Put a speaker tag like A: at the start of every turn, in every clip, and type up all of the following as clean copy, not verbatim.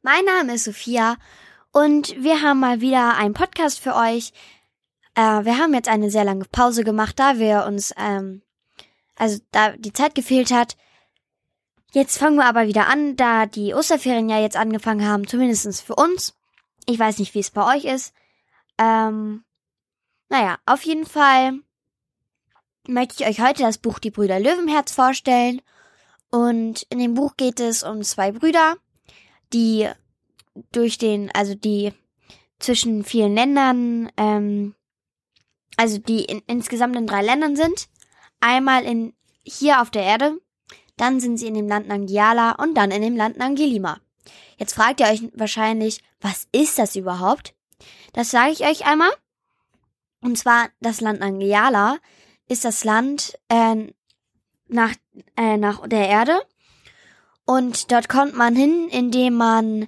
A: Mein Name ist Sophia und wir haben mal wieder einen Podcast für euch. Wir haben jetzt eine sehr lange Pause gemacht, da wir uns, da die Zeit gefehlt hat. Jetzt fangen wir aber wieder an, da die Osterferien ja jetzt angefangen haben, zumindest für uns. Ich weiß nicht, wie es bei euch ist. Auf jeden Fall möchte ich euch heute das Buch Die Brüder Löwenherz vorstellen. Und in dem Buch geht es um zwei Brüder, die die zwischen vielen Ländern, die insgesamt in 3 Ländern sind. Einmal hier auf der Erde, dann sind sie in dem Land Nangiala und dann in dem Land Nangilima. Jetzt fragt ihr euch wahrscheinlich, was ist das überhaupt? Das sage ich euch einmal. Und zwar, das Land Nangiala ist das Land nach der Erde. Und dort kommt man hin, indem man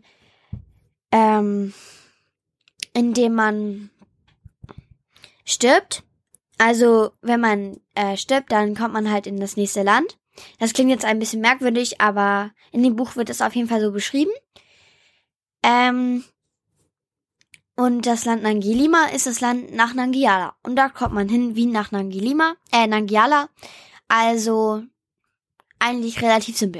A: stirbt. Also, wenn man stirbt, dann kommt man halt in das nächste Land. Das klingt jetzt ein bisschen merkwürdig, aber in dem Buch wird es auf jeden Fall so beschrieben. Und das Land Nangilima ist das Land nach Nangiala. Und da kommt man hin wie nach Nangiala. Also eigentlich relativ simpel.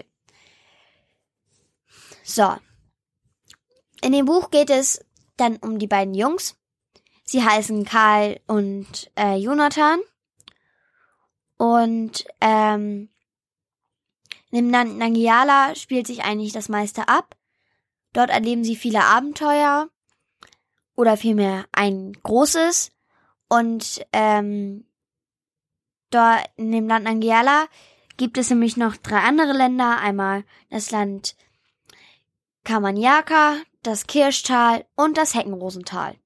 A: So. In dem Buch geht es dann um die beiden Jungs. Sie heißen Karl und Jonathan. Und in dem Land Nangiala spielt sich eigentlich das meiste ab. Dort erleben sie viele Abenteuer. Oder vielmehr ein großes. Und dort in dem Land Nangiala gibt es nämlich noch 3 andere Länder. Einmal das Land Kamanyaka, das Kirschtal und das Heckenrosental.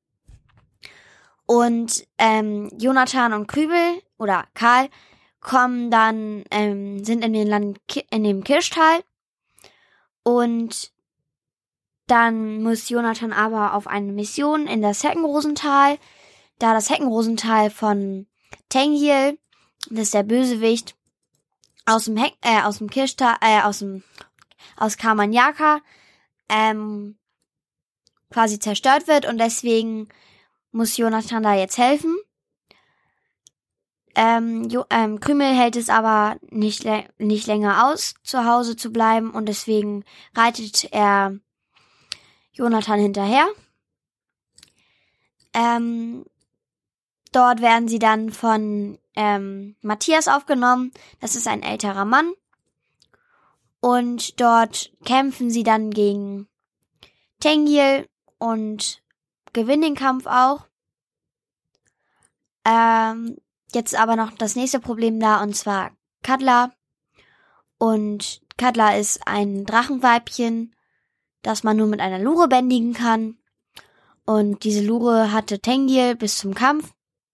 A: Und Jonathan und Krübel oder Karl kommen dann, sind in dem Kirschtal. Und dann muss Jonathan aber auf eine Mission in das Heckenrosental, da das Heckenrosental von Tengil, das ist der Bösewicht, aus Kamanyaka, quasi zerstört wird und deswegen muss Jonathan da jetzt helfen. Krümel hält es aber nicht länger aus, zu Hause zu bleiben und deswegen reitet er Jonathan hinterher. Dort werden sie dann von Matthias aufgenommen. Das ist ein älterer Mann. Und dort kämpfen sie dann gegen Tengil und gewinnen den Kampf auch. Jetzt aber noch das nächste Problem da, und zwar Kadla. Und Kadla ist ein Drachenweibchen, das man nur mit einer Lure bändigen kann. Und diese Lure hatte Tengil bis zum Kampf.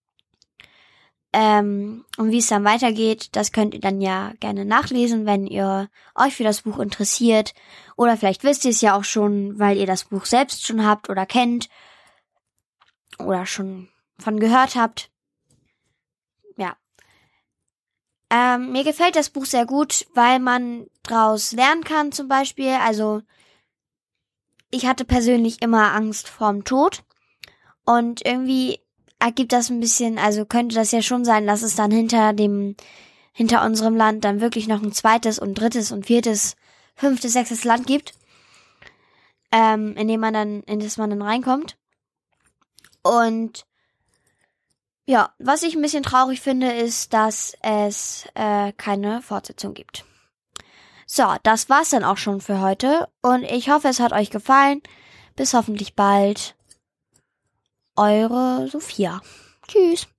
A: Und wie es dann weitergeht, das könnt ihr dann ja gerne nachlesen, wenn ihr euch für das Buch interessiert. Oder vielleicht wisst ihr es ja auch schon, weil ihr das Buch selbst schon habt oder kennt. Oder schon von gehört habt. Ja. Mir gefällt das Buch sehr gut, weil man draus lernen kann zum Beispiel. Also ich hatte persönlich immer Angst vorm Tod. Und irgendwie ergibt das ein bisschen, also könnte das ja schon sein, dass es dann hinter unserem Land dann wirklich noch ein zweites und drittes und viertes, 5., 6. Land gibt, in das man dann reinkommt. Und ja, was ich ein bisschen traurig finde, ist, dass es keine Fortsetzung gibt. So, das war's dann auch schon für heute und ich hoffe, es hat euch gefallen. Bis hoffentlich bald. Eure Sophia. Tschüss.